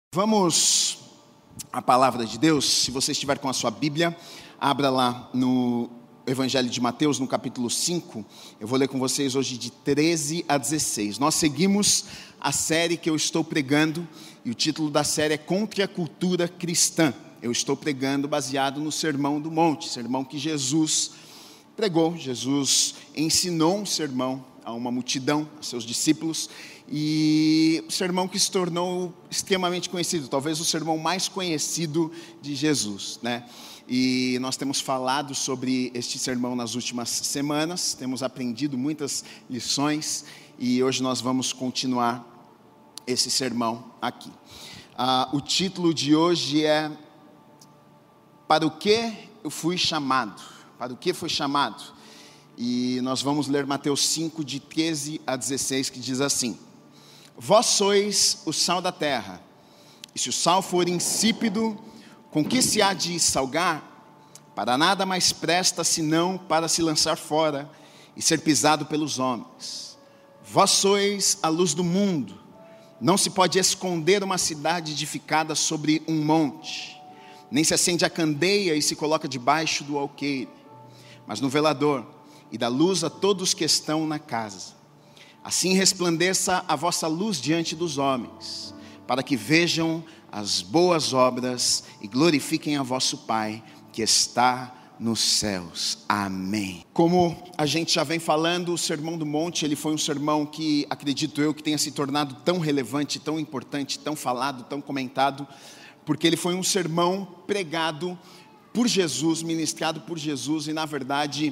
Vamos à palavra de Deus. Se você estiver com a sua Bíblia, abra lá no Evangelho de Mateus, no capítulo 5. Eu vou ler com vocês hoje de 13 a 16. Nós seguimos a série que eu estou pregando, e o título da série é Contra a Cultura Cristã. Eu estou pregando baseado no Sermão do Monte, sermão que Jesus pregou. Jesus ensinou um sermão a uma multidão, a seus discípulos, e o sermão que se tornou extremamente conhecido, talvez o sermão mais conhecido de Jesus, né? E nós temos falado sobre este sermão nas últimas semanas, temos aprendido muitas lições, e hoje nós vamos continuar esse sermão aqui. O título de hoje é Para o que eu fui chamado? Para o que foi chamado? E nós vamos ler Mateus 5, de 13 a 16, que diz assim: Vós sois o sal da terra, e se o sal for insípido, com que se há de salgar? Para nada mais presta, senão para se lançar fora e ser pisado pelos homens. Vós sois a luz do mundo. Não se pode esconder uma cidade edificada sobre um monte, nem se acende a candeia e se coloca debaixo do alqueire, mas no velador, e dá luz a todos que estão na casa. Assim resplandeça a vossa luz diante dos homens, para que vejam as boas obras e glorifiquem a vosso Pai que está nos céus. Amém. Como a gente já vem falando, o Sermão do Monte, ele foi um sermão que, acredito eu, que tenha se tornado tão relevante, tão importante, tão falado, tão comentado, porque ele foi um sermão pregado por Jesus, ministrado por Jesus, e na verdade,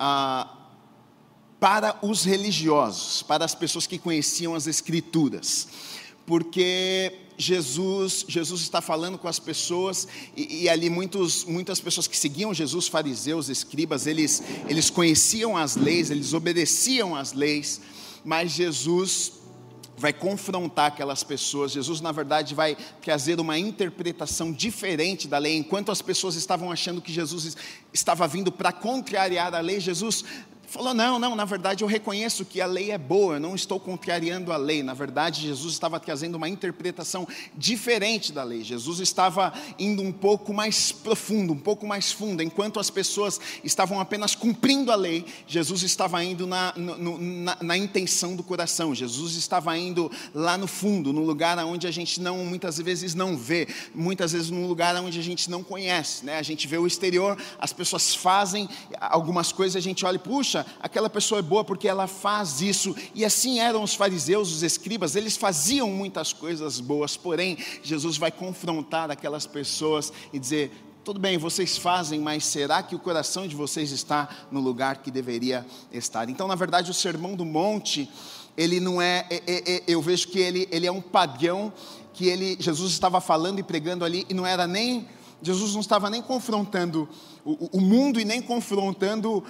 para os religiosos, para as pessoas que conheciam as Escrituras, porque Jesus está falando com as pessoas, e ali muitas pessoas que seguiam Jesus, fariseus, escribas, eles conheciam as leis, eles obedeciam às leis, mas Jesus vai confrontar aquelas pessoas. Jesus, na verdade, vai trazer uma interpretação diferente da lei. Enquanto as pessoas estavam achando que Jesus estava vindo para contrariar a lei, Jesus falou, não, na verdade eu reconheço que a lei é boa, eu não estou contrariando a lei. Na verdade, Jesus estava trazendo uma interpretação diferente da lei. Jesus estava indo um pouco mais profundo, um pouco mais fundo. Enquanto as pessoas estavam apenas cumprindo a lei, Jesus estava indo na intenção do coração. Jesus estava indo lá no fundo, no lugar onde a gente muitas vezes não vê, muitas vezes num lugar onde a gente não conhece, né? A gente vê o exterior, as pessoas fazem algumas coisas, a gente olha, puxa, aquela pessoa é boa porque ela faz isso. E assim eram os fariseus, os escribas, eles faziam muitas coisas boas, porém Jesus vai confrontar aquelas pessoas e dizer, tudo bem, vocês fazem, mas será que o coração de vocês está no lugar que deveria estar? Então, na verdade, o Sermão do Monte, ele não eu vejo que ele é um padrão que Jesus estava falando e pregando ali, e Jesus não estava nem confrontando o mundo e nem confrontando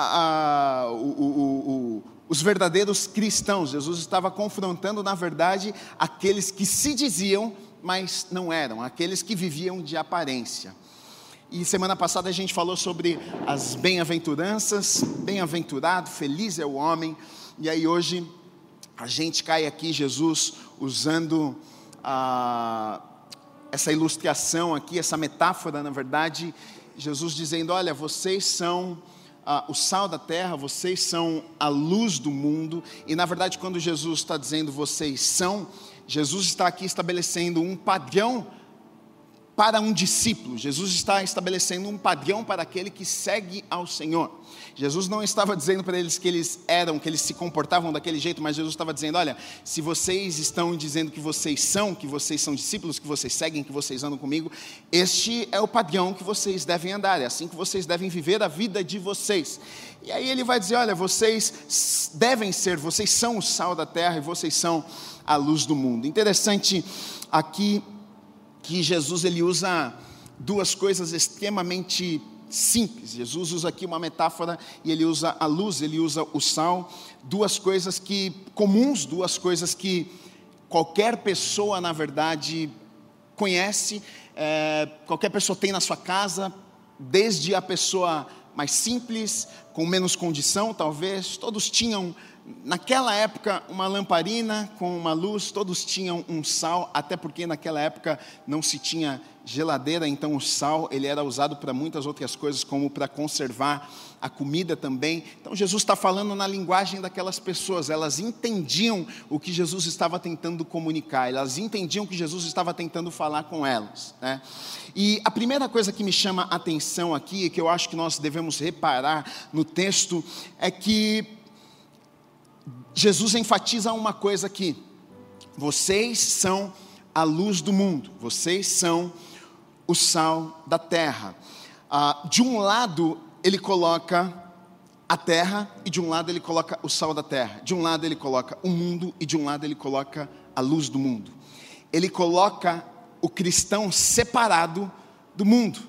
os verdadeiros cristãos. Jesus estava confrontando, na verdade, aqueles que se diziam, mas não eram, aqueles que viviam de aparência. E semana passada a gente falou sobre as bem-aventuranças, bem-aventurado, feliz é o homem, e aí hoje a gente cai aqui, Jesus usando essa ilustração aqui, essa metáfora, na verdade, Jesus dizendo, olha, vocês são o sal da terra, vocês são a luz do mundo. E na verdade, quando Jesus está dizendo vocês são, Jesus está aqui estabelecendo um padrão para um discípulo. Jesus está estabelecendo um padrão para aquele que segue ao Senhor. Jesus não estava dizendo para eles que eles se comportavam daquele jeito, mas Jesus estava dizendo, olha, se vocês estão dizendo que vocês são discípulos, que vocês seguem, que vocês andam comigo, este é o padrão que vocês devem andar, é assim que vocês devem viver a vida de vocês. E aí ele vai dizer, olha, vocês são o sal da terra e vocês são a luz do mundo. Interessante aqui que Jesus ele usa duas coisas extremamente simples. Jesus usa aqui uma metáfora e ele usa a luz, ele usa o sal, duas coisas comuns, duas coisas que qualquer pessoa, na verdade, conhece, qualquer pessoa tem na sua casa, desde a pessoa mais simples, com menos condição talvez, todos tinham Naquela época, uma lamparina com uma luz, todos tinham um sal, até porque naquela época não se tinha geladeira, então o sal ele era usado para muitas outras coisas, como para conservar a comida também. Então Jesus está falando na linguagem daquelas pessoas, elas entendiam o que Jesus estava tentando comunicar, elas entendiam o que Jesus estava tentando falar com elas, né? E a primeira coisa que me chama a atenção aqui, e que eu acho que nós devemos reparar no texto, é que Jesus enfatiza uma coisa aqui: vocês são a luz do mundo, vocês são o sal da terra. De um lado ele coloca a terra, e de um lado ele coloca o sal da terra. De um lado ele coloca o mundo, e de um lado ele coloca a luz do mundo. Ele coloca o cristão separado do mundo.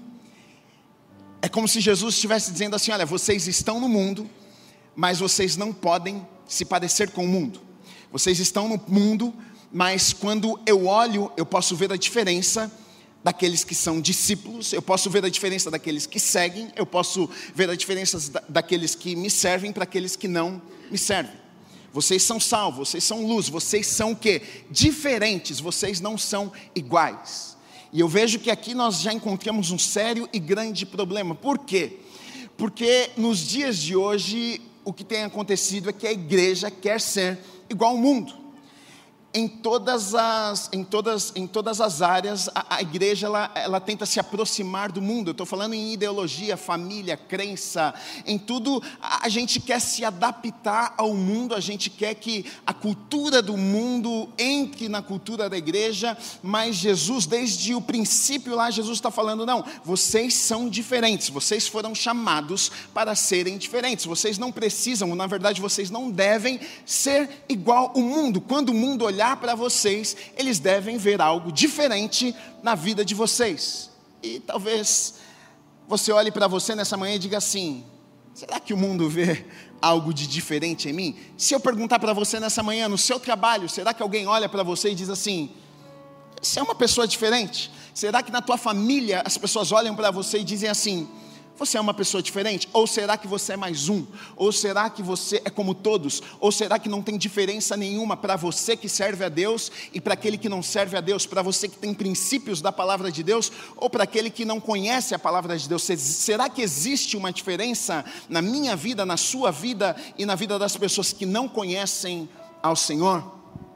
É como se Jesus estivesse dizendo assim: olha, vocês estão no mundo, mas vocês não podem se parecer com o mundo. Vocês estão no mundo, mas quando eu olho, eu posso ver a diferença daqueles que são discípulos, eu posso ver a diferença daqueles que seguem, eu posso ver a diferença daqueles que me servem para aqueles que não me servem. Vocês são sal, vocês são luz, vocês são o quê? Diferentes, vocês não são iguais. E eu vejo que aqui nós já encontramos um sério e grande problema. Por quê? Porque nos dias de hoje, o que tem acontecido é que a igreja quer ser igual ao mundo. Em todas as áreas, a igreja ela tenta se aproximar do mundo. Eu estou falando em ideologia, família, crença, em tudo. A gente quer se adaptar ao mundo, a gente quer que a cultura do mundo entre na cultura da igreja, mas Jesus, desde o princípio lá, Jesus está falando: não, vocês são diferentes, vocês foram chamados para serem diferentes, vocês não precisam, na verdade vocês não devem ser igual ao mundo. Quando o mundo olhar para vocês, eles devem ver algo diferente na vida de vocês. E talvez você olhe para você nessa manhã e diga assim: será que o mundo vê algo de diferente em mim? Se eu perguntar para você nessa manhã, no seu trabalho, será que alguém olha para você e diz assim: você é uma pessoa diferente? Será que na tua família as pessoas olham para você e dizem assim: você é uma pessoa diferente? Ou será que você é mais um? Ou será que você é como todos? Ou será que não tem diferença nenhuma para você que serve a Deus e para aquele que não serve a Deus? Para você que tem princípios da palavra de Deus ou para aquele que não conhece a palavra de Deus? Será que existe uma diferença na minha vida, na sua vida e na vida das pessoas que não conhecem ao Senhor?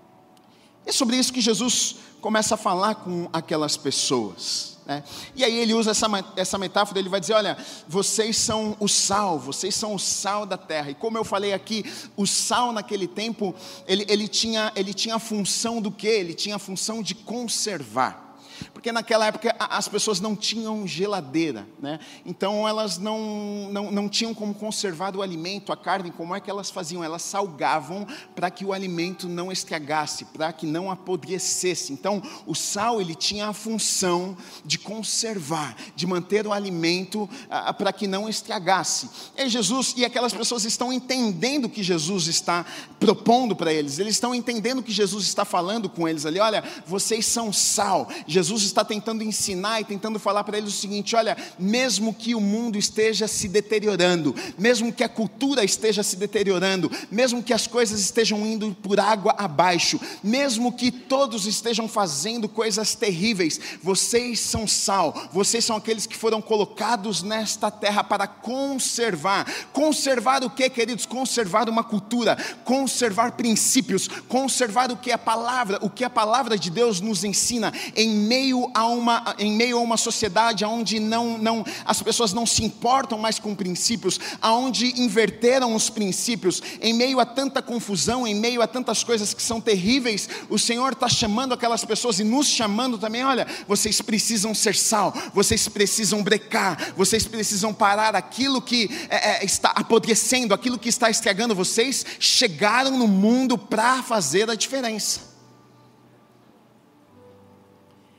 É sobre isso que Jesus começa a falar com aquelas pessoas. E aí ele usa essa metáfora, ele vai dizer: olha, vocês são o sal, vocês são o sal da terra. E como eu falei aqui, o sal naquele tempo, ele tinha a função do quê? Ele tinha a função de conservar. Porque naquela época as pessoas não tinham geladeira, né? Então elas não tinham como conservar o alimento, a carne. Como é que elas faziam? Elas salgavam para que o alimento não estragasse, para que não apodrecesse. Então o sal ele tinha a função de conservar, de manter o alimento para que não estragasse. E aquelas pessoas estão entendendo o que Jesus está propondo para eles. Eles estão entendendo o que Jesus está falando com eles ali. Olha, vocês são sal. Jesus está tentando ensinar e tentando falar para eles o seguinte: olha, mesmo que o mundo esteja se deteriorando, mesmo que a cultura esteja se deteriorando, mesmo que as coisas estejam indo por água abaixo, mesmo que todos estejam fazendo coisas terríveis, vocês são sal, vocês são aqueles que foram colocados nesta terra para conservar. Conservar o que, queridos? Conservar uma cultura, conservar princípios, conservar o que a palavra de Deus nos ensina em meio a uma sociedade onde as pessoas não se importam mais com princípios, onde inverteram os princípios, em meio a tanta confusão, em meio a tantas coisas que são terríveis. O Senhor está chamando aquelas pessoas e nos chamando também: olha, vocês precisam ser sal, vocês precisam brecar, vocês precisam parar aquilo que está apodrecendo, aquilo que está estragando. Vocês chegaram no mundo para fazer a diferença.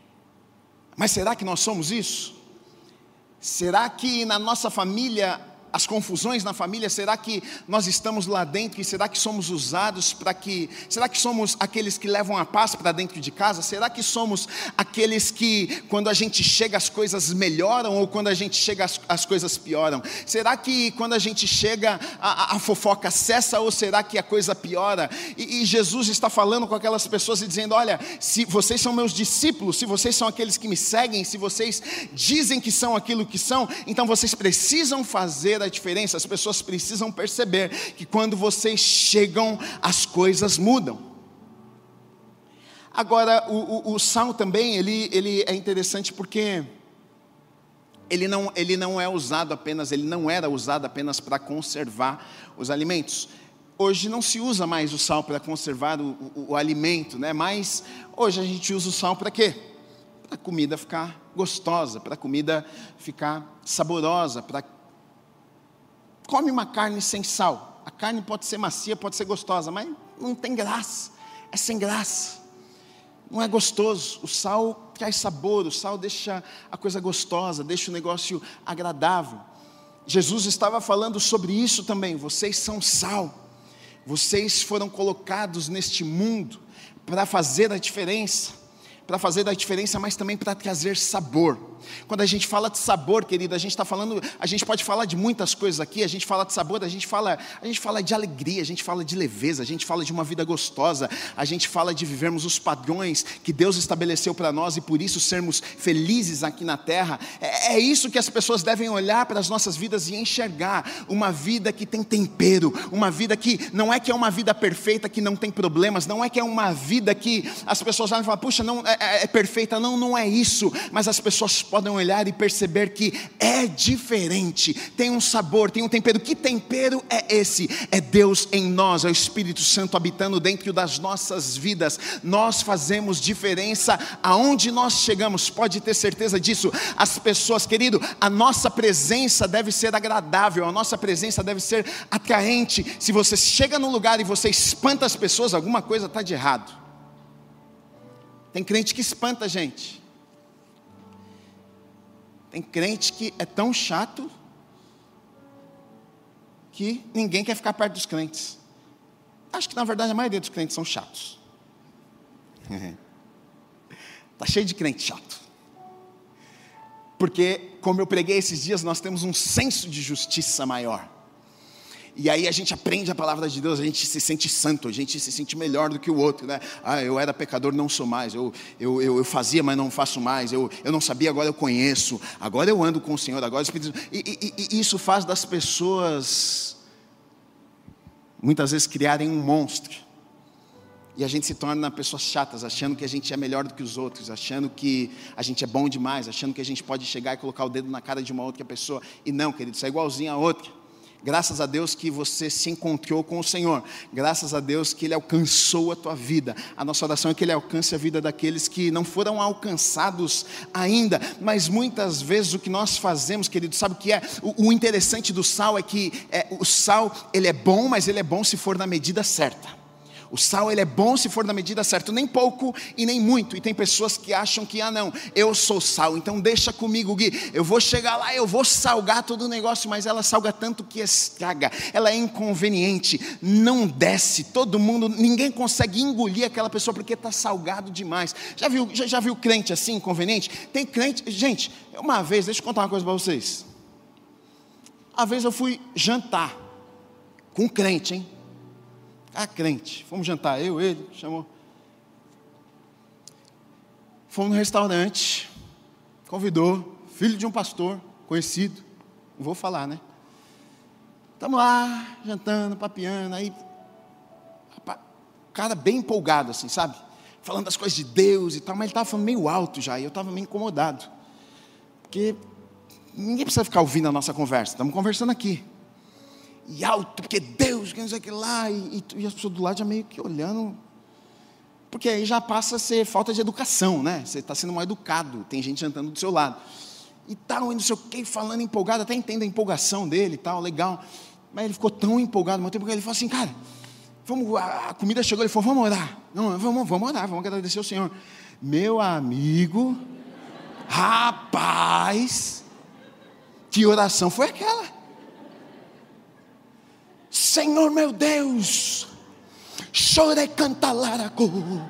Mas será que nós somos isso? Será que na nossa família as confusões na família? Será que nós estamos lá dentro e será que somos usados será que somos aqueles que levam a paz para dentro de casa? Será que somos aqueles que quando a gente chega as coisas melhoram ou quando a gente chega as coisas pioram? Será que quando a gente chega a fofoca cessa ou será que a coisa piora? E Jesus está falando com aquelas pessoas e dizendo: olha, se vocês são meus discípulos, se vocês são aqueles que me seguem, se vocês dizem que são aquilo que são, então vocês precisam fazer a diferença. As pessoas precisam perceber que quando vocês chegam, as coisas mudam. Agora, o sal também, ele é interessante porque ele não é usado apenas, ele não era usado apenas para conservar os alimentos. Hoje não se usa mais o sal para conservar o alimento, né? Mas hoje a gente usa o sal para quê? Para a comida ficar gostosa, para a comida ficar saborosa. Come uma carne sem sal. A carne pode ser macia, pode ser gostosa, mas não tem graça, é sem graça, não é gostoso. O sal traz sabor, o sal deixa a coisa gostosa, deixa o negócio agradável. Jesus estava falando sobre isso também. Vocês são sal. Vocês foram colocados neste mundo para fazer a diferença, mas também para trazer sabor. Quando a gente fala de sabor, querido, a gente pode falar de muitas coisas aqui. A gente fala de sabor, a gente fala de alegria, a gente fala de leveza, a gente fala de uma vida gostosa, a gente fala de vivermos os padrões que Deus estabeleceu para nós e por isso sermos felizes aqui na terra. É isso que as pessoas devem olhar para as nossas vidas e enxergar: uma vida que tem tempero, uma vida que não é uma vida perfeita, que não tem problemas, não é que é uma vida que as pessoas olham e falam: puxa, não é perfeita, não é isso, mas as pessoas podem olhar e perceber que é diferente, tem um sabor, tem um tempero. Que tempero é esse? É Deus em nós, é o Espírito Santo habitando dentro das nossas vidas. Nós fazemos diferença aonde nós chegamos, pode ter certeza disso. As pessoas, querido, a nossa presença deve ser agradável, a nossa presença deve ser atraente. Se você chega num lugar e você espanta as pessoas, alguma coisa está de errado. Tem crente que espanta a gente. Tem crente que é tão chato que ninguém quer ficar perto dos crentes. Acho que na verdade a maioria dos crentes são chatos. Está cheio de crente chato. Porque, como eu preguei esses dias, nós temos um senso de justiça maior. E aí a gente aprende a palavra de Deus, a gente se sente santo, a gente se sente melhor do que o outro, né? Eu era pecador, não sou mais. Eu fazia, mas não faço mais. Eu não sabia, agora eu conheço. Agora eu ando com o Senhor, agora o Espírito. E isso faz das pessoas muitas vezes criarem um monstro. E a gente se torna pessoas chatas, achando que a gente é melhor do que os outros, achando que a gente é bom demais, achando que a gente pode chegar e colocar o dedo na cara de uma outra pessoa. E não, querido, isso é igualzinho a outra. Graças a Deus que você se encontrou com o Senhor. Graças a Deus que Ele alcançou a tua vida. A nossa oração é que Ele alcance a vida daqueles que não foram alcançados ainda. Mas muitas vezes o que nós fazemos, querido, sabe o que é? O interessante do sal é que o sal, ele é bom, mas ele é bom se for na medida certa. O sal, ele é bom se for na medida certa, nem pouco e nem muito. E tem pessoas que acham que, não, eu sou sal, então deixa comigo, Gui. Eu vou chegar lá, eu vou salgar todo o negócio, mas ela salga tanto que estraga. Ela é inconveniente, não desce. Todo mundo, ninguém consegue engolir aquela pessoa porque está salgado demais. Já viu crente assim, inconveniente? Tem crente, gente, uma vez, deixa eu contar uma coisa para vocês. Uma vez eu fui jantar com um crente, hein? Crente, fomos jantar, ele, chamou. Fomos no restaurante, convidou, filho de um pastor, conhecido, não vou falar, né? Estamos lá, jantando, papeando, aí, cara bem empolgado assim, sabe? Falando das coisas de Deus e tal, mas ele estava falando meio alto já, e eu estava meio incomodado. Porque ninguém precisa ficar ouvindo a nossa conversa, estamos conversando aqui. E alto, porque Deus, que não sei o que lá, e as pessoas do lado já meio que olhando, porque aí já passa a ser falta de educação, né? Você está sendo mal educado, tem gente jantando do seu lado, e tal, e não sei o que, falando empolgado, até entendo a empolgação dele e tal, legal, mas ele ficou tão empolgado, ao tempo que ele falou assim, cara, a comida chegou, ele falou, vamos orar, não, vamos orar, vamos agradecer ao Senhor. Meu amigo, rapaz, que oração foi aquela? Senhor meu Deus, chore cantalaraco.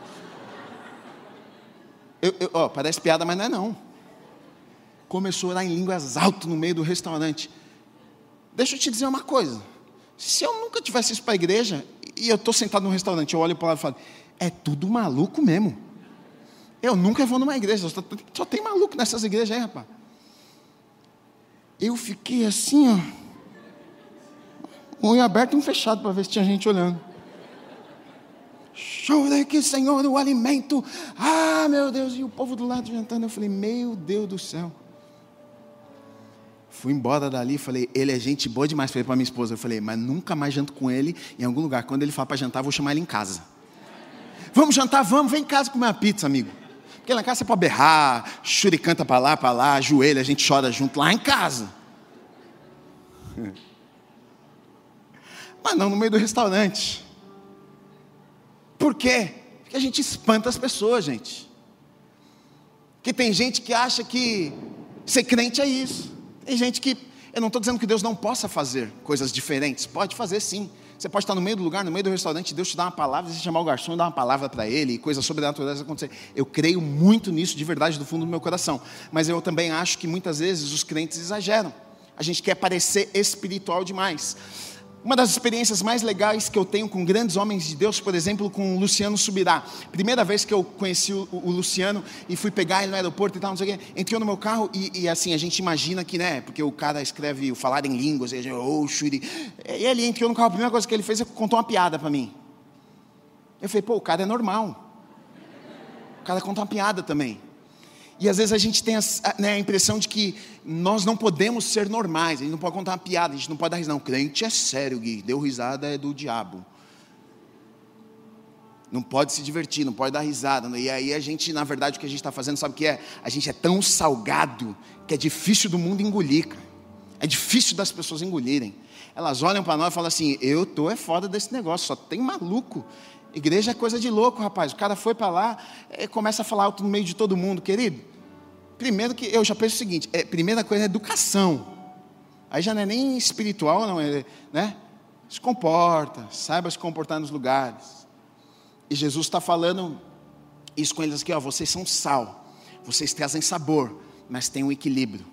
Parece piada, mas não é não. Começou a orar em línguas alto no meio do restaurante. Deixa eu te dizer uma coisa. Se eu nunca tivesse isso para a igreja, e eu estou sentado num restaurante, eu olho para lá e falo, é tudo maluco mesmo. Eu nunca vou numa igreja, só tem maluco nessas igrejas aí, rapaz. Eu fiquei assim, um olho aberto e um fechado, para ver se tinha gente olhando. Chore que, Senhor, o alimento. Ah, meu Deus, e o povo do lado jantando. Eu falei, meu Deus do céu. Fui embora dali, falei, ele é gente boa demais. Falei para minha esposa, eu falei, mas nunca mais janto com ele em algum lugar. Quando ele falar para jantar, eu vou chamar ele em casa. Vamos jantar, vamos, vem em casa comer uma pizza, amigo. Porque lá em casa você pode berrar, churicanta para lá, ajoelha, a gente chora junto lá em casa. Mas não no meio do restaurante. Por quê? Porque a gente espanta as pessoas, gente. Porque tem gente que acha que ser crente é isso. Tem gente que, eu não estou dizendo que Deus não possa fazer coisas diferentes. Pode fazer sim. Você pode estar no meio do lugar, no meio do restaurante, Deus te dá uma palavra, você chamar o garçom e dar uma palavra para ele, e coisas sobrenaturais acontecer. Eu creio muito nisso, de verdade, do fundo do meu coração. Mas eu também acho que muitas vezes os crentes exageram. A gente quer parecer espiritual demais. Uma das experiências mais legais que eu tenho com grandes homens de Deus, por exemplo, com o Luciano Subirá. Primeira vez que eu conheci o Luciano e fui pegar ele no aeroporto e tal, não sei o quê. Entrei no meu carro e assim, a gente imagina que, né, porque o cara escreve o falar em línguas, e a gente, shuri. E ele entrou no carro, a primeira coisa que ele fez é contou uma piada para mim. Eu falei, o cara é normal. O cara conta uma piada também. E às vezes a gente tem a impressão de que nós não podemos ser normais, a gente não pode contar uma piada, a gente não pode dar risada. Não, crente é sério, Gui, deu risada é do diabo. Não pode se divertir, não pode dar risada. E aí a gente, na verdade, o que a gente está fazendo, sabe o que é? A gente é tão salgado que é difícil do mundo engolir, cara. É difícil das pessoas engolirem. Elas olham para nós e falam assim, eu tô fora desse negócio, só tem maluco. Igreja é coisa de louco, rapaz. O cara foi para lá, começa a falar alto no meio de todo mundo, querido. Primeiro que eu já penso o seguinte, primeira coisa é educação. Aí já não é nem espiritual, não é, né? Se comporta, saiba se comportar nos lugares. E Jesus está falando isso com eles aqui, vocês são sal, vocês trazem sabor, mas tem um equilíbrio.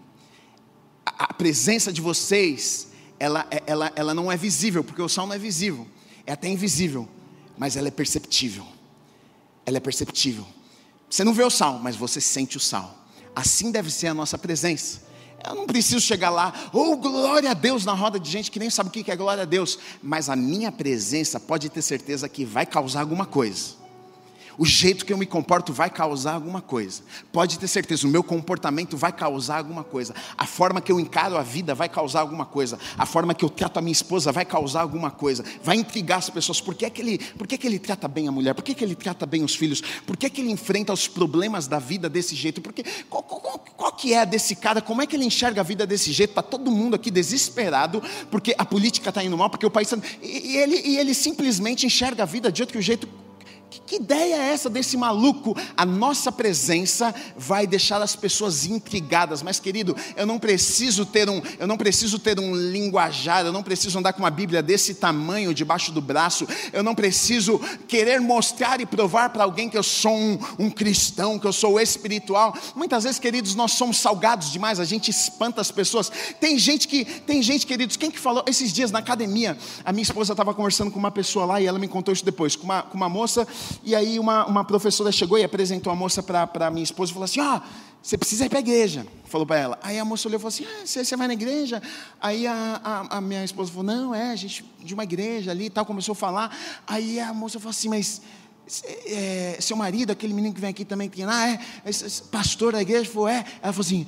A presença de vocês, ela não é visível, porque o sal não é visível, é até invisível, mas ela é perceptível. Ela é perceptível. Você não vê o sal, mas você sente o sal. Assim deve ser a nossa presença. Eu não preciso chegar lá, glória a Deus, na roda de gente que nem sabe o que é glória a Deus. Mas a minha presença pode ter certeza que vai causar alguma coisa. O jeito que eu me comporto vai causar alguma coisa. Pode ter certeza, o meu comportamento vai causar alguma coisa. A forma que eu encaro a vida vai causar alguma coisa. A forma que eu trato a minha esposa vai causar alguma coisa. Vai intrigar as pessoas. Por que é que ele trata bem a mulher? Por que é que ele trata bem os filhos? Por que é que ele enfrenta os problemas da vida desse jeito? Porque, qual que é desse cara? Como é que ele enxerga a vida desse jeito? Está todo mundo aqui desesperado porque a política está indo mal, porque o país está... E ele simplesmente enxerga a vida de outro jeito. Que ideia é essa desse maluco? A nossa presença vai deixar as pessoas intrigadas. Mas querido, eu não preciso ter um linguajar, eu não preciso andar com uma Bíblia desse tamanho debaixo do braço, eu não preciso querer mostrar e provar para alguém que eu sou um cristão, que eu sou espiritual. Muitas vezes, queridos, nós somos salgados demais, a gente espanta as pessoas. Tem gente, queridos, quem que falou? Esses dias na academia, a minha esposa estava conversando com uma pessoa lá, e ela me contou isso depois, com uma moça. E aí uma professora chegou e apresentou a moça para minha esposa e falou assim, você precisa ir para a igreja, falou para ela. Aí a moça olhou e falou assim, você vai na igreja? Aí a minha esposa falou, não, a gente de uma igreja ali e tal, começou a falar. Aí a moça falou assim, mas seu marido, aquele menino que vem aqui também, pastor da igreja? Falou, Ela falou assim,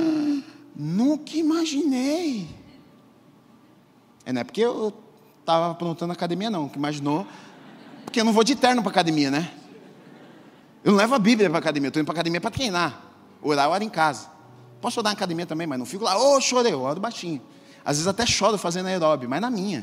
nunca imaginei. Não é porque eu estava aprontando a academia não, que imaginou. Porque eu não vou de terno para academia, né? Eu não levo a Bíblia para academia, eu estou indo para academia para treinar. Orar, eu oro em casa. Posso orar na academia também, mas não fico lá, chorei, eu oro baixinho. Às vezes até choro fazendo aeróbio, mas na minha.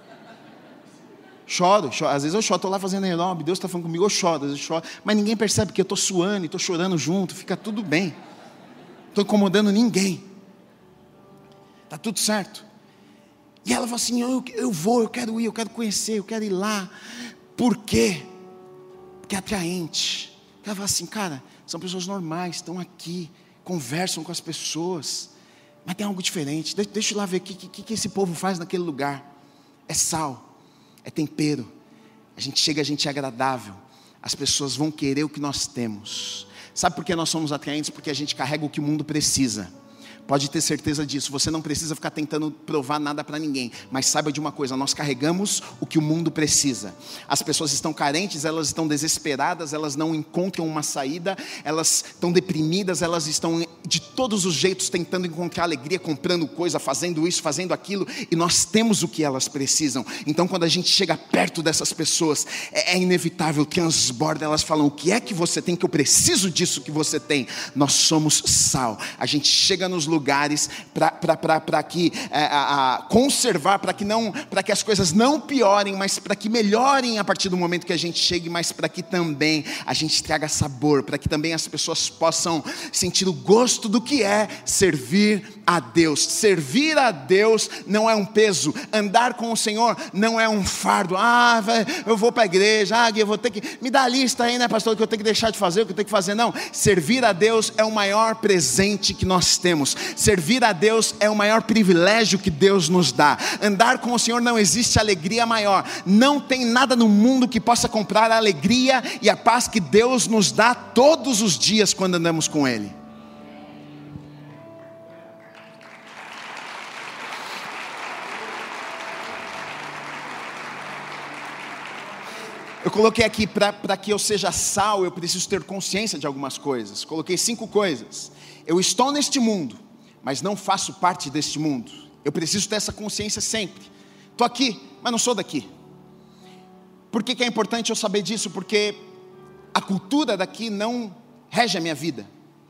Choro, às vezes eu choro, estou lá fazendo aeróbio, Deus está falando comigo, eu choro, às vezes eu choro. Mas ninguém percebe que eu estou suando e estou chorando junto, fica tudo bem. Não estou incomodando ninguém. Está tudo certo. E ela falou assim, eu vou, eu quero ir, eu quero conhecer, eu quero ir lá. Por quê? Porque é atraente. Ela falou assim, cara, são pessoas normais, estão aqui, conversam com as pessoas, mas tem algo diferente. Deixa eu lá ver o que esse povo faz naquele lugar. É sal, é tempero. A gente chega, a gente é agradável. As pessoas vão querer o que nós temos. Sabe por que nós somos atraentes? Porque a gente carrega o que o mundo precisa. Pode ter certeza disso, você não precisa ficar tentando provar nada para ninguém, mas saiba de uma coisa, nós carregamos o que o mundo precisa. As pessoas estão carentes, elas estão desesperadas, elas não encontram uma saída, elas estão deprimidas, elas estão de todos os jeitos tentando encontrar alegria, comprando coisa, fazendo isso, fazendo aquilo, e nós temos o que elas precisam. Então quando a gente chega perto dessas pessoas, é inevitável, transborda, elas falam, o que é que você tem que eu preciso disso que você tem? Nós somos sal, a gente chega nos lugares para que conservar, para que as coisas não piorem, mas para que melhorem a partir do momento que a gente chegue, mas para que também a gente traga sabor, para que também as pessoas possam sentir o gosto do que é servir a Deus. Servir a Deus não é um peso, andar com o Senhor não é um fardo. Eu vou para a igreja, eu vou ter que, me dá a lista aí, né, pastor, que eu tenho que deixar de fazer, o que eu tenho que fazer. Não, servir a Deus é o maior presente que nós temos. Servir a Deus é o maior privilégio que Deus nos dá. Andar com o Senhor não existe alegria maior. Não tem nada no mundo que possa comprar a alegria e a paz que Deus nos dá todos os dias quando andamos com Ele. Eu coloquei aqui, para que eu seja sal, eu preciso ter consciência de algumas coisas. Coloquei 5 coisas. Eu estou neste mundo, mas não faço parte deste mundo. Eu preciso ter essa consciência sempre. Estou aqui, mas não sou daqui. Por que é importante eu saber disso? Porque a cultura daqui não rege a minha vida.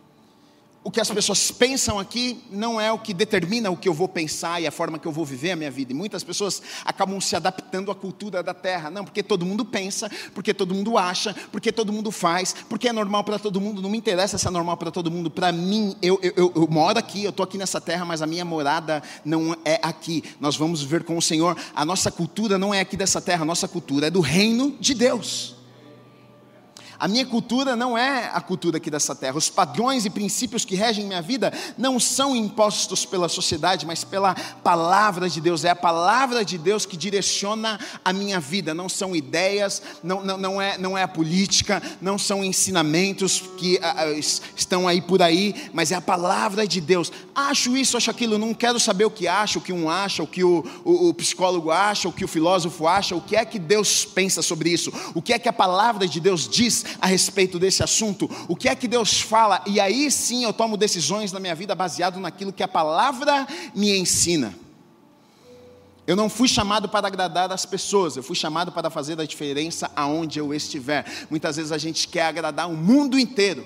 O que as pessoas pensam aqui não é o que determina o que eu vou pensar e a forma que eu vou viver a minha vida. E muitas pessoas acabam se adaptando à cultura da terra. Não, porque todo mundo pensa, porque todo mundo acha, porque todo mundo faz, porque é normal para todo mundo. Não me interessa se é normal para todo mundo. Para mim, eu moro aqui, eu estou aqui nessa terra, mas a minha morada não é aqui. Nós vamos viver com o Senhor. A nossa cultura não é aqui dessa terra, a nossa cultura é do reino de Deus. A minha cultura não é a cultura aqui dessa terra. Os padrões e princípios que regem minha vida não são impostos pela sociedade, mas pela palavra de Deus. É a palavra de Deus que direciona a minha vida. Não são ideias, não é a política, não são ensinamentos que estão aí por aí, mas é a palavra de Deus. Acho isso, acho aquilo, não quero saber o que acha, o que um acha, o que o psicólogo acha, o que o filósofo acha. O que é que Deus pensa sobre isso? O que é que a palavra de Deus diz a respeito desse assunto? O que é que Deus fala? E aí sim eu tomo decisões na minha vida baseado naquilo que a palavra me ensina. Eu não fui chamado para agradar as pessoas, eu fui chamado para fazer a diferença aonde eu estiver. Muitas vezes a gente quer agradar o mundo inteiro,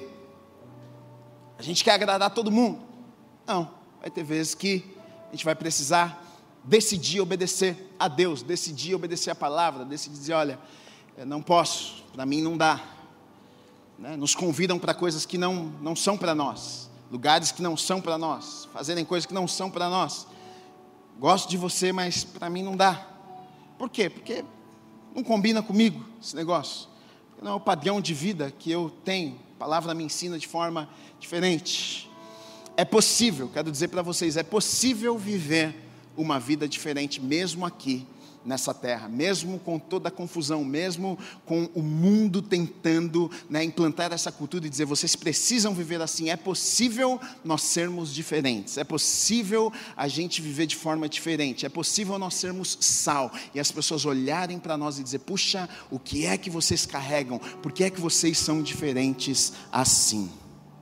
a gente quer agradar todo mundo. Não, vai ter vezes que a gente vai precisar decidir obedecer a Deus, decidir obedecer a palavra, decidir dizer, olha, eu não posso, para mim não dá. Nos convidam para coisas que não são para nós, lugares que não são para nós, fazerem coisas que não são para nós. Gosto de você, mas para mim não dá. Por quê? Porque não combina comigo esse negócio. Porque não é o padrão de vida que eu tenho. A palavra me ensina de forma diferente. É possível, quero dizer para vocês, é possível viver uma vida diferente mesmo aqui nessa terra, mesmo com toda a confusão, mesmo com o mundo tentando implantar essa cultura e dizer, vocês precisam viver assim. É possível nós sermos diferentes, é possível a gente viver de forma diferente, é possível nós sermos sal, e as pessoas olharem para nós e dizer, puxa, o que é que vocês carregam? Por que é que vocês são diferentes assim?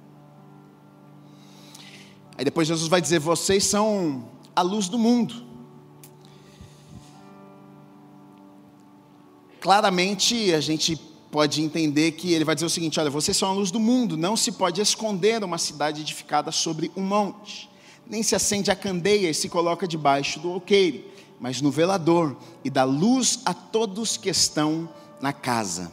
Aí depois Jesus vai dizer, vocês são a luz do mundo. Claramente a gente pode entender que ele vai dizer o seguinte, olha, vocês são a luz do mundo, não se pode esconder uma cidade edificada sobre um monte, nem se acende a candeia e se coloca debaixo do alqueire, mas no velador, e dá luz a todos que estão na casa.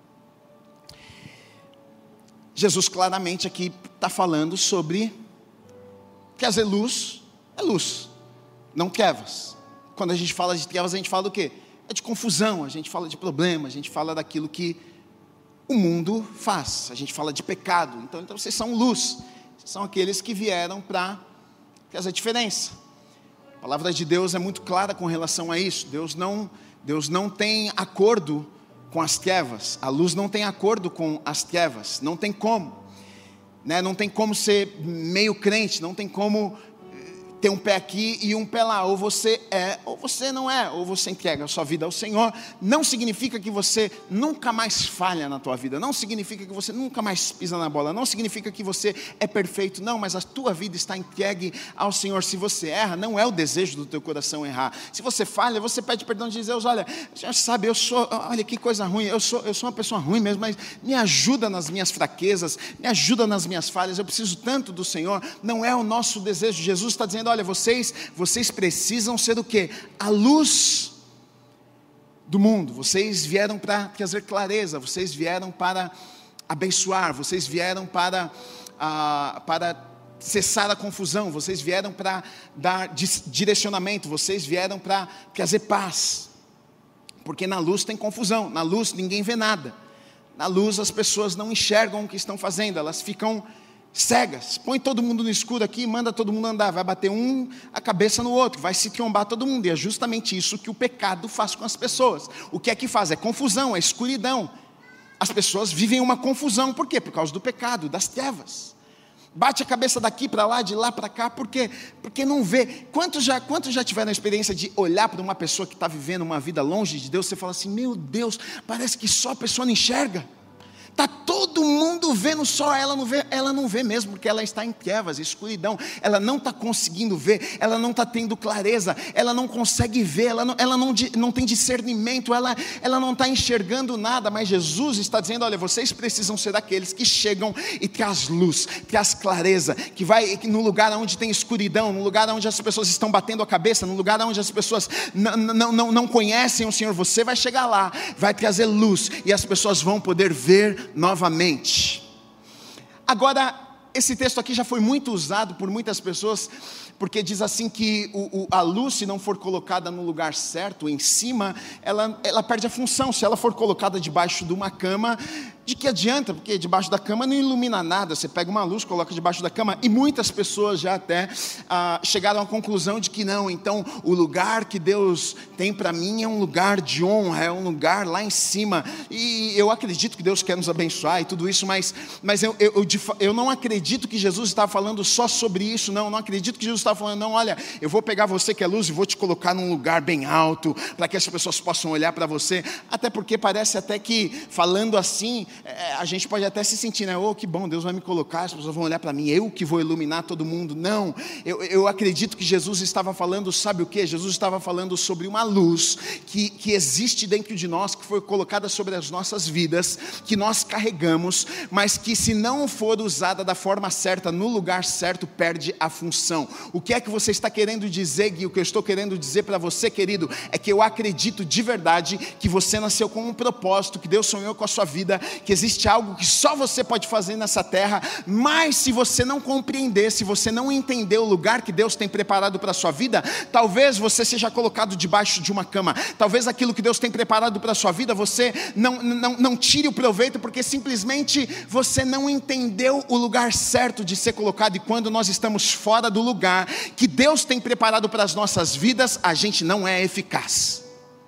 Jesus claramente aqui está falando sobre, quer dizer, luz é luz, não trevas. quando a gente fala de trevas, a gente fala do quê? É de confusão, a gente fala de problema, a gente fala daquilo que o mundo faz, a gente fala de pecado. Então vocês são luz, são aqueles que vieram para fazer diferença. A palavra de Deus é muito clara com relação a isso. Deus não tem acordo com as trevas, a luz não tem acordo com as trevas, não tem como, né? Não tem como ser meio crente, não tem como ter um pé aqui e um pé lá, ou você é, ou você não é, ou você entrega a sua vida ao Senhor. Não significa que você nunca mais falha na tua vida, não significa que você nunca mais pisa na bola, não significa que você é perfeito, não, mas a tua vida está entregue ao Senhor. Se você erra, não é o desejo do teu coração errar. Se você falha, você pede perdão de Deus. Olha, o Senhor sabe, olha que coisa ruim, eu sou uma pessoa ruim mesmo, mas me ajuda nas minhas fraquezas, me ajuda nas minhas falhas, eu preciso tanto do Senhor. Não é o nosso desejo. Jesus está dizendo, olha, vocês precisam ser o quê? A luz do mundo. Vocês vieram para trazer clareza, vocês vieram para abençoar, vocês vieram para cessar a confusão, vocês vieram para dar direcionamento, vocês vieram para trazer paz. Porque na luz tem confusão, na luz ninguém vê nada, na luz as pessoas não enxergam o que estão fazendo, elas ficam cegas. Põe todo mundo no escuro aqui, manda todo mundo andar, vai bater a cabeça no outro, vai se trombar todo mundo. E é justamente isso que o pecado faz com as pessoas. O que é que faz? É confusão, é escuridão. As pessoas vivem uma confusão. Por quê? Por causa do pecado, das trevas. Bate a cabeça daqui para lá, de lá para cá. Por quê? Porque não vê. Quantos já tiveram a experiência de olhar para uma pessoa que está vivendo uma vida longe de Deus? Você fala assim, meu Deus, parece que só a pessoa não enxerga. Está todo mundo vendo, só ela não vê mesmo, porque ela está em trevas, escuridão, ela não está conseguindo ver, ela não está tendo clareza, ela não consegue ver, ela não tem discernimento, ela não está enxergando nada. Mas Jesus está dizendo, olha, vocês precisam ser aqueles que chegam e traz luz, traz clareza, que vai no lugar onde tem escuridão, no lugar onde as pessoas estão batendo a cabeça, no lugar onde as pessoas não conhecem o Senhor. Você vai chegar lá, vai trazer luz, e as pessoas vão poder ver novamente. Agora, esse texto aqui já foi muito usado por muitas pessoas, porque diz assim que a luz, se não for colocada no lugar certo, em cima, ela perde a função. Se ela for colocada debaixo de uma cama, de que adianta? Porque debaixo da cama não ilumina nada. Você pega uma luz, coloca debaixo da cama, e muitas pessoas já até chegaram à conclusão de que não, então o lugar que Deus tem para mim é um lugar de honra, é um lugar lá em cima. E eu acredito que Deus quer nos abençoar e tudo isso, mas eu não acredito que Jesus estava falando só sobre isso, não acredito que Jesus estava falando, não, olha, eu vou pegar você que é luz e vou te colocar num lugar bem alto, para que as pessoas possam olhar para você. Até porque parece até que, falando assim, a gente pode até se sentir, né? Oh, que bom, Deus vai me colocar, as pessoas vão olhar para mim, eu que vou iluminar todo mundo. Não, eu acredito que Jesus estava falando, sabe o que? Jesus estava falando sobre uma luz que existe dentro de nós, que foi colocada sobre as nossas vidas, que nós carregamos, mas que, se não for usada da forma certa, no lugar certo, perde a função. O que é que você está querendo dizer, Gui? O que eu estou querendo dizer para você, querido, é que eu acredito de verdade que você nasceu com um propósito, que Deus sonhou com a sua vida, que existe algo que só você pode fazer nessa terra. Mas se você não compreender, se você não entender o lugar que Deus tem preparado para a sua vida, talvez você seja colocado debaixo de uma cama, talvez aquilo que Deus tem preparado para a sua vida, você não tire o proveito, porque simplesmente você não entendeu o lugar certo de ser colocado. E quando nós estamos fora do lugar que Deus tem preparado para as nossas vidas, a gente não é eficaz.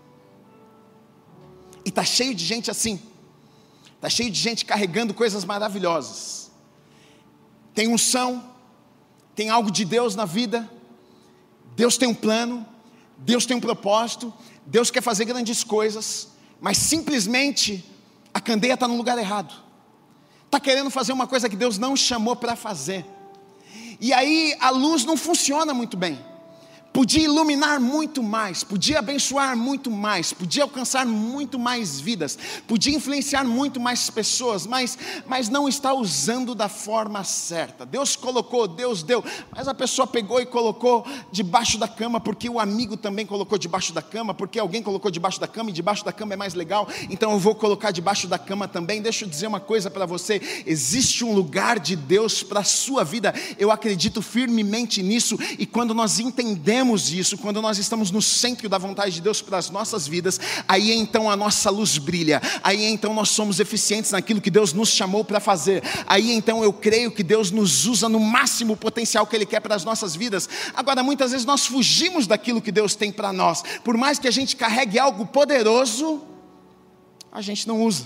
E está cheio de gente assim, está cheio de gente carregando coisas maravilhosas, tem unção, tem algo de Deus na vida, Deus tem um plano, Deus tem um propósito, Deus quer fazer grandes coisas, mas simplesmente a candeia está no lugar errado, está querendo fazer uma coisa que Deus não chamou para fazer. E aí a luz não funciona muito bem. Podia iluminar muito mais, podia abençoar muito mais, podia alcançar muito mais vidas, podia influenciar muito mais pessoas, mas não está usando da forma certa. Deus colocou, Deus deu, mas a pessoa pegou e colocou debaixo da cama, porque o amigo também colocou debaixo da cama, porque alguém colocou debaixo da cama, e debaixo da cama é mais legal, então eu vou colocar debaixo da cama também. Deixa eu dizer uma coisa para você, existe um lugar de Deus para a sua vida, eu acredito firmemente nisso, e quando nós entendemos fazemos isso, quando nós estamos no centro da vontade de Deus para as nossas vidas, aí então a nossa luz brilha, aí então nós somos eficientes naquilo que Deus nos chamou para fazer, aí então eu creio que Deus nos usa no máximo potencial que Ele quer para as nossas vidas. Agora, muitas vezes nós fugimos daquilo que Deus tem para nós, por mais que a gente carregue algo poderoso, a gente não usa.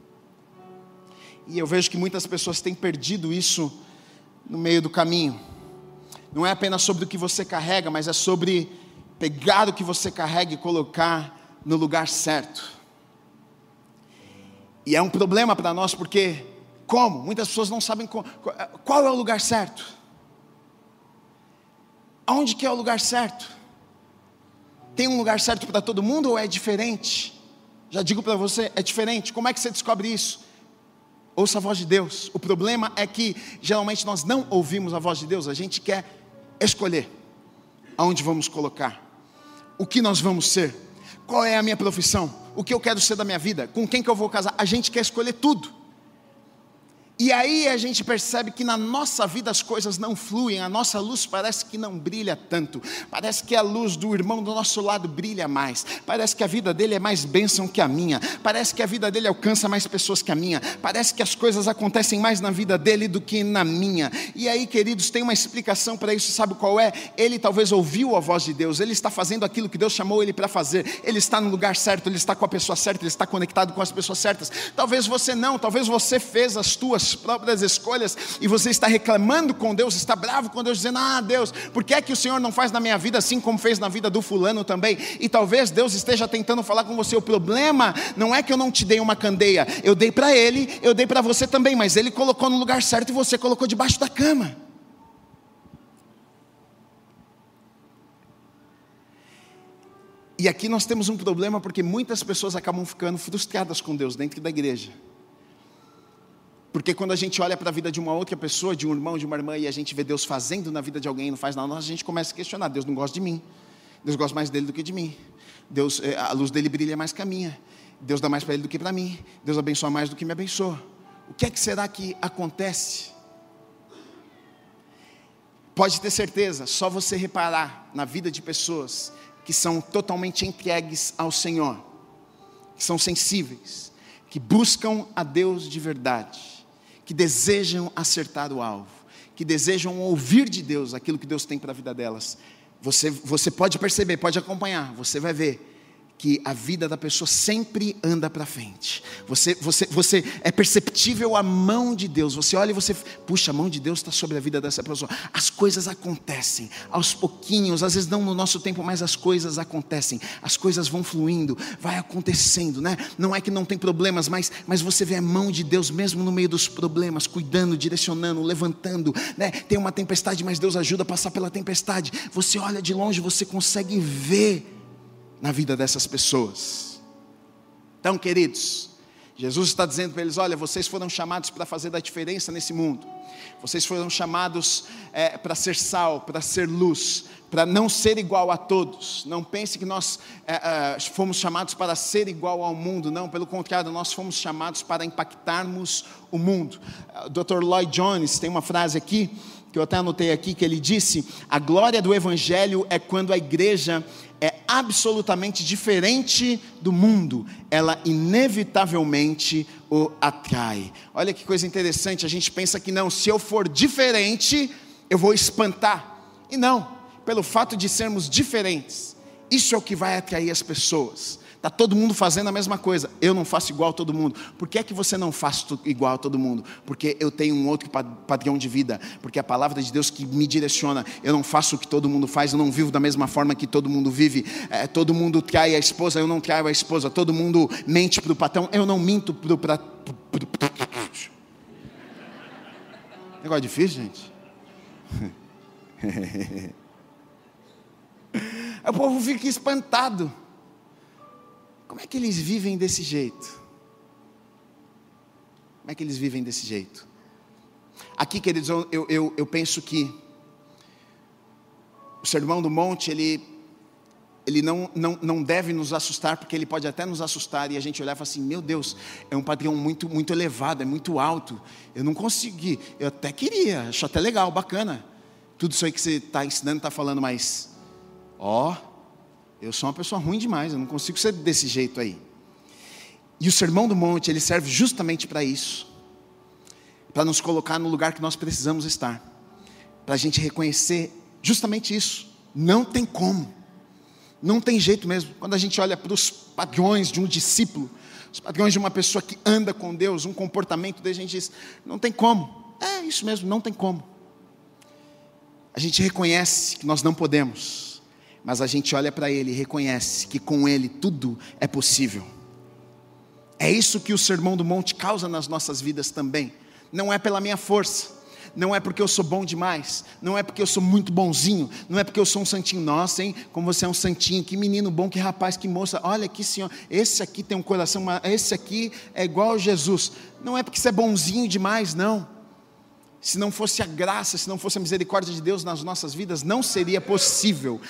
E eu vejo que muitas pessoas têm perdido isso no meio do caminho. Não é apenas sobre o que você carrega, mas é sobre pegar o que você carrega e colocar no lugar certo. E é um problema para nós, porque como? Muitas pessoas não sabem qual é o lugar certo. Aonde que é o lugar certo? Tem um lugar certo para todo mundo ou é diferente? Já digo para você, é diferente. Como é que você descobre isso? Ouça a voz de Deus. O problema é que geralmente nós não ouvimos a voz de Deus. A gente quer escolher aonde vamos colocar, o que nós vamos ser, qual é a minha profissão, o que eu quero ser da minha vida, com quem que eu vou casar. A gente quer escolher tudo. E aí a gente percebe que na nossa vida as coisas não fluem, a nossa luz parece que não brilha tanto, parece que a luz do irmão do nosso lado brilha mais, parece que a vida dele é mais bênção que a minha, parece que a vida dele alcança mais pessoas que a minha, parece que as coisas acontecem mais na vida dele do que na minha. E aí, queridos, tem uma explicação para isso, sabe qual é? Ele talvez ouviu a voz de Deus, ele está fazendo aquilo que Deus chamou ele para fazer, ele está no lugar certo, ele está com a pessoa certa, ele está conectado com as pessoas certas. Talvez você não, talvez você fez as tuas próprias escolhas e você está reclamando com Deus, está bravo com Deus, dizendo: Deus, por que é que o Senhor não faz na minha vida assim como fez na vida do fulano também? E talvez Deus esteja tentando falar com você: o problema não é que eu não te dei uma candeia, eu dei para ele, eu dei para você também, mas ele colocou no lugar certo e você colocou debaixo da cama. E aqui nós temos um problema, porque muitas pessoas acabam ficando frustradas com Deus dentro da igreja. Porque quando a gente olha para a vida de uma outra pessoa, de um irmão, de uma irmã, e a gente vê Deus fazendo na vida de alguém e não faz na nossa, a gente começa a questionar: Deus não gosta de mim, Deus gosta mais dele do que de mim, Deus, a luz dele brilha mais que a minha, Deus dá mais para ele do que para mim, Deus abençoa mais do que me abençoa. O que é que será que acontece? Pode ter certeza, só você reparar na vida de pessoas que são totalmente entregues ao Senhor, que são sensíveis, que buscam a Deus de verdade, que desejam acertar o alvo, que desejam ouvir de Deus aquilo que Deus tem para a vida delas. Você pode perceber, pode acompanhar, você vai ver que a vida da pessoa sempre anda para frente. Você é perceptível a mão de Deus. Você olha e você, puxa, a mão de Deus está sobre a vida dessa pessoa. As coisas acontecem, aos pouquinhos, às vezes não no nosso tempo, mas as coisas acontecem, as coisas vão fluindo, vai acontecendo, né? Não é que não tem problemas, mas você vê a mão de Deus mesmo no meio dos problemas, cuidando, direcionando, levantando, né? Tem uma tempestade, mas Deus ajuda a passar pela tempestade. Você olha de longe, você consegue ver na vida dessas pessoas. Então, queridos, Jesus está dizendo para eles: olha, vocês foram chamados para fazer a diferença nesse mundo, vocês foram chamados para ser sal, para ser luz, para não ser igual a todos. Não pense que nós fomos chamados para ser igual ao mundo, não, pelo contrário, nós fomos chamados para impactarmos o mundo. O Dr. Lloyd Jones tem uma frase aqui, que eu até anotei aqui, que ele disse: a glória do evangelho é quando a igreja é absolutamente diferente do mundo, ela inevitavelmente o atrai. Olha que coisa interessante, a gente pensa que não, se eu for diferente, eu vou espantar. E não, pelo fato de sermos diferentes, isso é o que vai atrair as pessoas. Está todo mundo fazendo a mesma coisa, eu não faço igual a todo mundo. Por que é que você não faz igual a todo mundo? Porque eu tenho um outro padrão de vida, porque a palavra de Deus que me direciona. Eu não faço o que todo mundo faz, eu não vivo da mesma forma que todo mundo vive. Todo mundo trai a esposa, eu não traio a esposa. Todo mundo mente para o patrão, eu não minto para negócio difícil, gente. O povo fica espantado. Como é que eles vivem desse jeito? Como é que eles vivem desse jeito? Aqui, queridos, eu penso que o Sermão do Monte, ele não deve nos assustar, porque ele pode até nos assustar, e a gente olhar e falar assim: meu Deus, é um padrão muito, muito elevado, é muito alto, eu não consegui, eu até queria, acho até legal, bacana, tudo isso aí que você está ensinando, está falando, mas Eu sou uma pessoa ruim demais, eu não consigo ser desse jeito aí. E o Sermão do Monte, ele serve justamente para isso, para nos colocar no lugar que nós precisamos estar, para a gente reconhecer justamente isso. Não tem como, não tem jeito mesmo. Quando a gente olha para os padrões de um discípulo, os padrões de uma pessoa que anda com Deus, um comportamento dele, a gente diz, não tem como. É isso mesmo, não tem como. A gente reconhece que nós não podemos, mas a gente olha para Ele e reconhece que com Ele tudo é possível. É isso que o Sermão do Monte causa nas nossas vidas também. Não é pela minha força, não é porque eu sou bom demais, não é porque eu sou muito bonzinho, não é porque eu sou um santinho. Nossa, hein, como você é um santinho, que menino bom, que rapaz, que moça, olha aqui senhor, esse aqui tem um coração, esse aqui é igual a Jesus. Não é porque você é bonzinho demais, não. Se não fosse a graça, se não fosse a misericórdia de Deus nas nossas vidas, não seria possível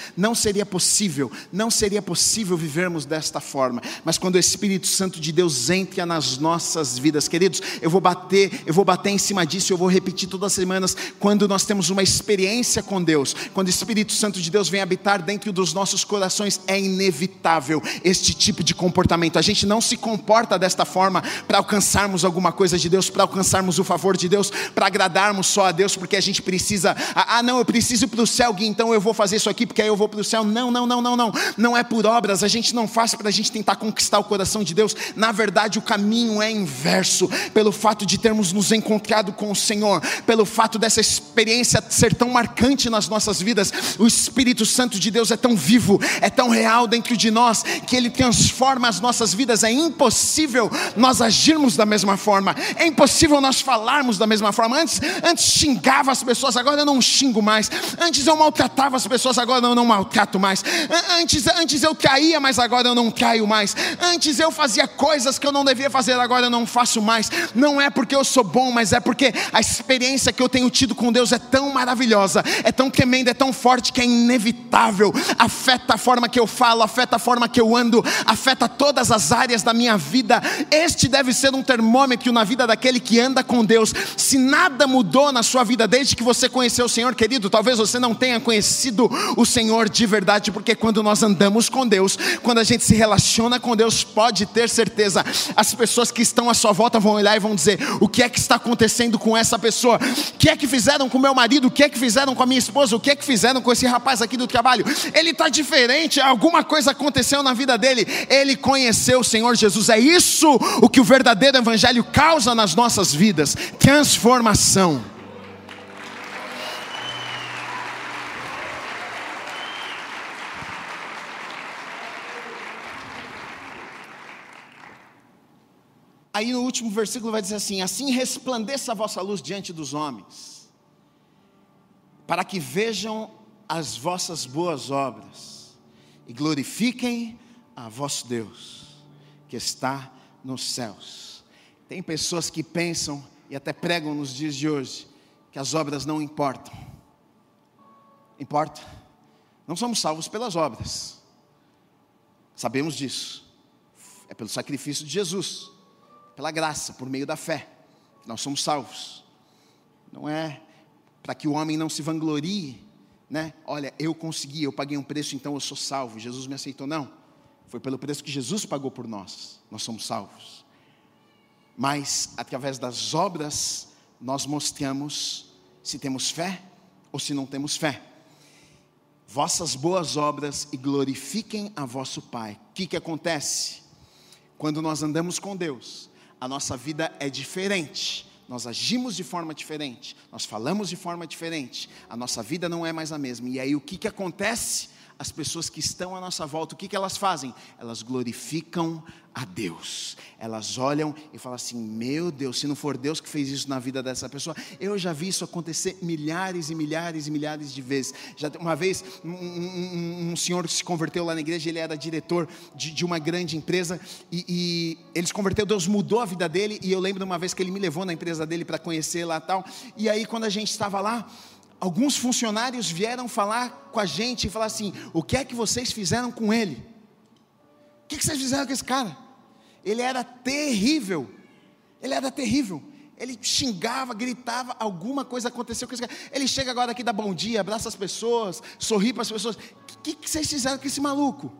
vivermos desta forma. Mas quando o Espírito Santo de Deus entra nas nossas vidas, queridos, eu vou bater em cima disso, eu vou repetir todas as semanas, quando nós temos uma experiência com Deus, quando o Espírito Santo de Deus vem habitar dentro dos nossos corações, é inevitável este tipo de comportamento. A gente não se comporta desta forma para alcançarmos alguma coisa de Deus, para alcançarmos o favor de Deus, para agradar só a Deus, porque a gente precisa, não, eu preciso ir para o céu, Gui, então eu vou fazer isso aqui, porque aí eu vou para o céu. Não é por obras, a gente não faz para a gente tentar conquistar o coração de Deus. Na verdade o caminho é inverso, pelo fato de termos nos encontrado com o Senhor, pelo fato dessa experiência ser tão marcante nas nossas vidas, o Espírito Santo de Deus é tão vivo, é tão real dentro de nós, que Ele transforma as nossas vidas. É impossível nós agirmos da mesma forma, é impossível nós falarmos da mesma forma. Antes xingava as pessoas, agora eu não xingo mais. Antes eu maltratava as pessoas, agora eu não maltrato mais. Antes eu caía, mas agora eu não caio mais. Antes eu fazia coisas que eu não devia fazer, agora eu não faço mais. Não é porque eu sou bom, mas é porque a experiência que eu tenho tido com Deus é tão maravilhosa, é tão tremenda, é tão forte, que é inevitável. Afeta a forma que eu falo, afeta a forma que eu ando, afeta todas as áreas da minha vida. Este deve ser um termômetro na vida daquele que anda com Deus. Se nada mudou na sua vida desde que você conheceu o Senhor, querido, talvez você não tenha conhecido o Senhor de verdade, porque quando nós andamos com Deus, quando a gente se relaciona com Deus, pode ter certeza, as pessoas que estão à sua volta vão olhar e vão dizer, o que é que está acontecendo com essa pessoa? O que é que fizeram com o meu marido? O que é que fizeram com a minha esposa? O que é que fizeram com esse rapaz aqui do trabalho? Ele está diferente, alguma coisa aconteceu na vida dele. Ele conheceu o Senhor Jesus. É isso o que o verdadeiro evangelho causa nas nossas vidas, transformação. Aí no último versículo vai dizer assim: assim resplandeça a vossa luz diante dos homens, para que vejam as vossas boas obras e glorifiquem a vosso Deus que está nos céus. Tem pessoas que pensam e até pregam nos dias de hoje que as obras não importam. Importa. Não somos salvos pelas obras, sabemos disso. É pelo sacrifício de Jesus, pela graça, por meio da fé, que nós somos salvos. Não é para que o homem não se vanglorie, né? Olha, eu consegui, eu paguei um preço, então eu sou salvo, Jesus me aceitou. Não, foi pelo preço que Jesus pagou por nós, nós somos salvos. Mas através das obras nós mostramos se temos fé ou se não temos fé. Vossas boas obras e glorifiquem a vosso Pai. O que acontece? Quando nós andamos com Deus, a nossa vida é diferente, nós agimos de forma diferente, nós falamos de forma diferente, a nossa vida não é mais a mesma. E aí o que acontece? As pessoas que estão à nossa volta, o que elas fazem? Elas glorificam a Deus. Elas olham e falam assim: meu Deus, se não for Deus que fez isso na vida dessa pessoa. Eu já vi isso acontecer milhares e milhares e milhares de vezes. Já uma vez um senhor se converteu lá na igreja, ele era diretor de uma grande empresa, e ele se converteu, Deus mudou a vida dele. E eu lembro de uma vez que ele me levou na empresa dele para conhecer lá e tal. E aí quando a gente estava lá, alguns funcionários vieram falar com a gente e falar assim: o que é que vocês fizeram com ele? O que vocês fizeram com esse cara? Ele era terrível, ele xingava, gritava, alguma coisa aconteceu com esse cara. Ele chega agora aqui, dá bom dia, abraça as pessoas, sorri para as pessoas. O que vocês fizeram com esse maluco?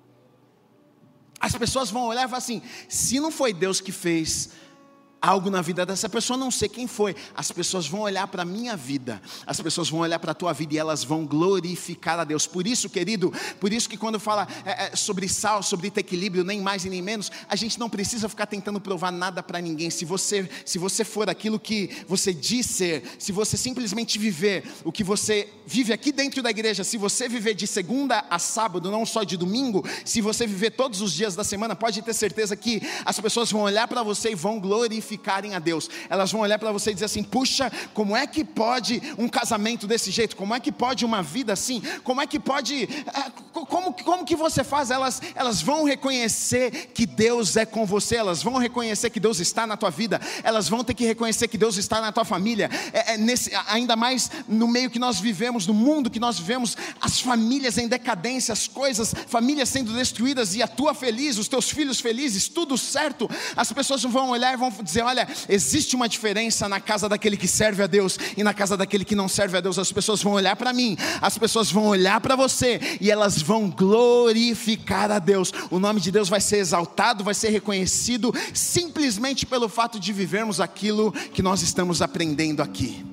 As pessoas vão olhar e falar assim: se não foi Deus que fez algo na vida dessa pessoa, não sei quem foi. As pessoas vão olhar para a minha vida, as pessoas vão olhar para a tua vida e elas vão glorificar a Deus. Por isso, querido, por isso que quando fala sobre sal, sobre ter equilíbrio, nem mais e nem menos, a gente não precisa ficar tentando provar nada para ninguém. Se você for aquilo que você diz ser, se você simplesmente viver o que você vive aqui dentro da igreja, se você viver de segunda a sábado, não só de domingo, se você viver todos os dias da semana, pode ter certeza que as pessoas vão olhar para você e vão glorificar a Deus. Elas vão olhar para você e dizer assim: puxa, como é que pode um casamento desse jeito? Como é que pode uma vida assim? Como é que pode, como que você faz? Elas vão reconhecer que Deus é com você, elas vão reconhecer que Deus está na tua vida, elas vão ter que reconhecer que Deus está na tua família. Ainda mais no meio que nós vivemos, no mundo que nós vivemos, as famílias em decadência, as coisas, famílias sendo destruídas e a tua feliz, os teus filhos felizes, tudo certo. As pessoas vão olhar e vão dizer: olha, existe uma diferença na casa daquele que serve a Deus e na casa daquele que não serve a Deus. As pessoas vão olhar para mim, as pessoas vão olhar para você e elas vão glorificar a Deus. O nome de Deus vai ser exaltado, vai ser reconhecido, simplesmente pelo fato de vivermos aquilo que nós estamos aprendendo aqui.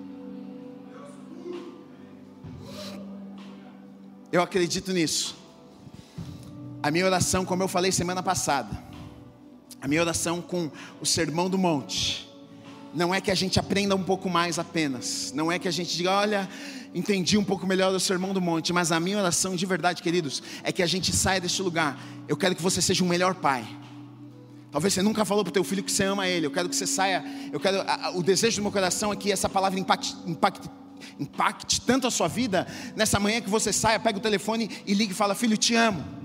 Eu acredito nisso. A minha oração, como eu falei semana passada, a minha oração com o Sermão do Monte, não é que a gente aprenda um pouco mais apenas, não é que a gente diga: olha, entendi um pouco melhor o Sermão do Monte, mas a minha oração de verdade, queridos, é que a gente saia deste lugar. Eu quero que você seja um melhor pai. Talvez você nunca falou para o teu filho que você ama ele. Eu quero que você saia, o desejo do meu coração é que essa palavra impacte tanto a sua vida, nessa manhã que você saia, pega o telefone e liga e fala: filho, te amo.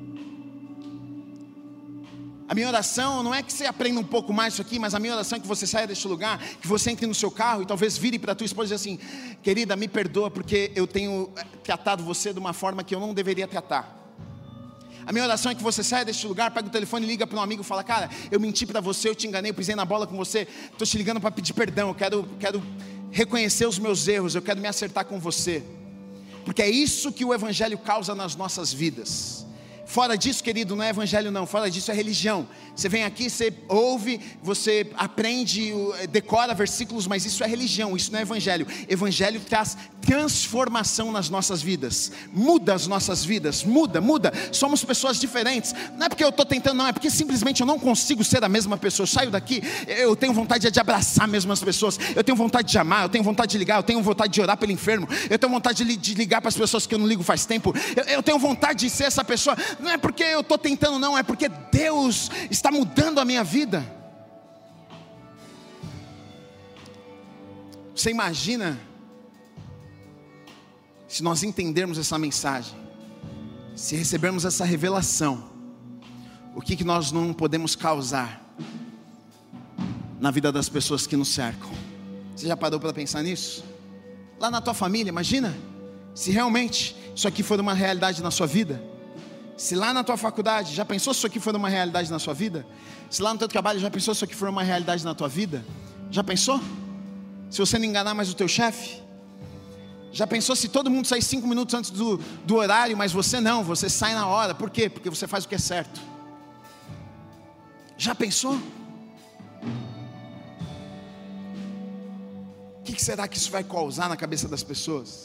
A minha oração não é que você aprenda um pouco mais isso aqui, mas a minha oração é que você saia deste lugar, que você entre no seu carro e talvez vire para a tua esposa e diga assim: querida, me perdoa porque eu tenho tratado você de uma forma que eu não deveria tratar. A minha oração é que você saia deste lugar, pega o telefone e liga para um amigo e fala: cara, eu menti para você, eu te enganei, eu pisei na bola com você, estou te ligando para pedir perdão, eu quero reconhecer os meus erros, eu quero me acertar com você. Porque é isso que o Evangelho causa nas nossas vidas. Fora disso, querido, não é evangelho não, fora disso é religião. Você vem aqui, você ouve, você aprende, decora versículos, mas isso é religião, isso não é evangelho. Evangelho traz transformação nas nossas vidas, muda as nossas vidas, muda, somos pessoas diferentes. Não é porque eu estou tentando, não, é porque simplesmente eu não consigo ser a mesma pessoa. Eu saio daqui, eu tenho vontade de abraçar mesmo as pessoas, eu tenho vontade de amar, eu tenho vontade de ligar, eu tenho vontade de orar pelo enfermo, eu tenho vontade de ligar para as pessoas que eu não ligo faz tempo, eu tenho vontade de ser essa pessoa. Não é porque eu estou tentando, não, é porque Deus está mudando a minha vida. Você imagina se nós entendermos essa mensagem, se recebermos essa revelação, o que nós não podemos causar na vida das pessoas que nos cercam? Você já parou para pensar nisso? Lá na tua família, imagina se realmente isso aqui for uma realidade na sua vida. Se lá na tua faculdade, já pensou se isso aqui for uma realidade na sua vida? Se lá no teu trabalho, já pensou se isso aqui for uma realidade na tua vida? Já pensou? Se você não enganar mais o teu chefe? Já pensou se todo mundo sair 5 minutos antes do horário, mas você não, você sai na hora? Por quê? Porque você faz o que é certo. Já pensou? O que será que isso vai causar na cabeça das pessoas?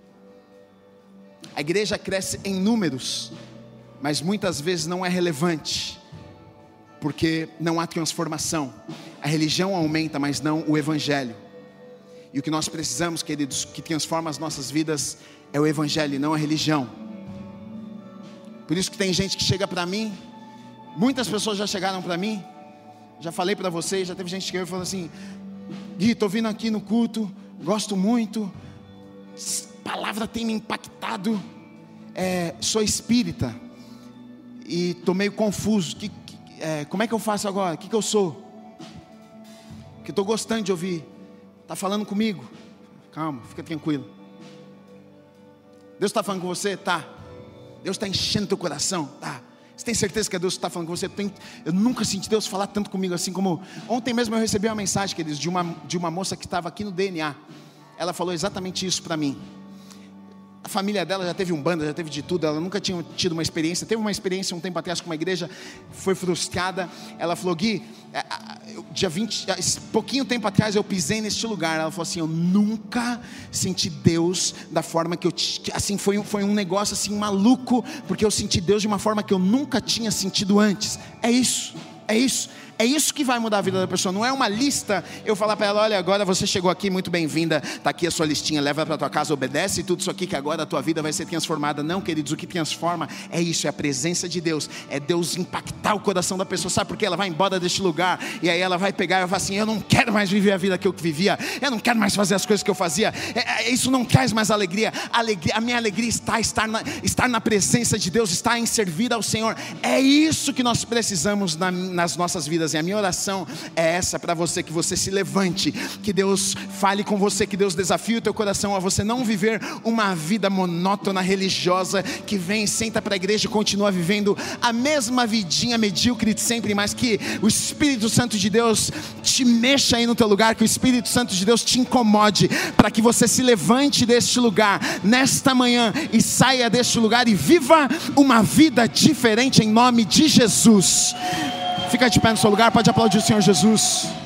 A igreja cresce em números, mas muitas vezes não é relevante, porque não há transformação. A religião aumenta, mas não o evangelho. E o que nós precisamos, queridos, que transforma as nossas vidas é o evangelho, não a religião. Por isso que tem gente que chega para mim, muitas pessoas já chegaram para mim, já falei para vocês, já teve gente que chegou e falou assim: Gui, estou vindo aqui no culto, gosto muito, a palavra tem me impactado, sou espírita e estou meio confuso, como é que eu faço agora? O que eu sou? Que estou gostando de ouvir. Está falando comigo? Calma, fica tranquilo. Deus está falando com você? Tá. Deus está enchendo teu coração? Tá. Você tem certeza que é Deus que está falando com você? Eu nunca senti Deus falar tanto comigo assim como... Ontem mesmo eu recebi uma mensagem, queridos, de uma moça que estava aqui no DNA. Ela falou exatamente isso para mim. Ela A família dela já teve banda, já teve de tudo. Ela nunca tinha tido uma experiência. Teve uma experiência um tempo atrás com uma igreja, foi frustrada. Ela falou: Gui, pouquinho tempo atrás eu pisei neste lugar. Ela falou assim: eu nunca senti Deus da forma que eu, assim, foi um negócio assim maluco, porque eu senti Deus de uma forma que eu nunca tinha sentido antes. É isso que vai mudar a vida da pessoa. Não é uma lista, eu falar para ela: olha, agora você chegou aqui, muito bem-vinda, está aqui a sua listinha, leva para tua casa, obedece tudo isso aqui, que agora a tua vida vai ser transformada. Não, queridos, o que transforma é isso, é a presença de Deus, é Deus impactar o coração da pessoa. Sabe por quê? Ela vai embora deste lugar, e aí ela vai pegar e vai falar assim: eu não quero mais viver a vida que eu vivia, eu não quero mais fazer as coisas que eu fazia, isso não traz mais alegria. A minha alegria está estar na presença de Deus, está em servir ao Senhor. É isso que nós precisamos nas nossas vidas. E a minha oração é essa para você: que você se levante, que Deus fale com você, que Deus desafie o teu coração a você não viver uma vida monótona, religiosa, que vem, senta para a igreja e continua vivendo a mesma vidinha medíocre de sempre, mas que o Espírito Santo de Deus te mexa aí no teu lugar, que o Espírito Santo de Deus te incomode, para que você se levante deste lugar nesta manhã e saia deste lugar e viva uma vida diferente em nome de Jesus. Fica de pé no seu lugar, pode aplaudir o Senhor Jesus.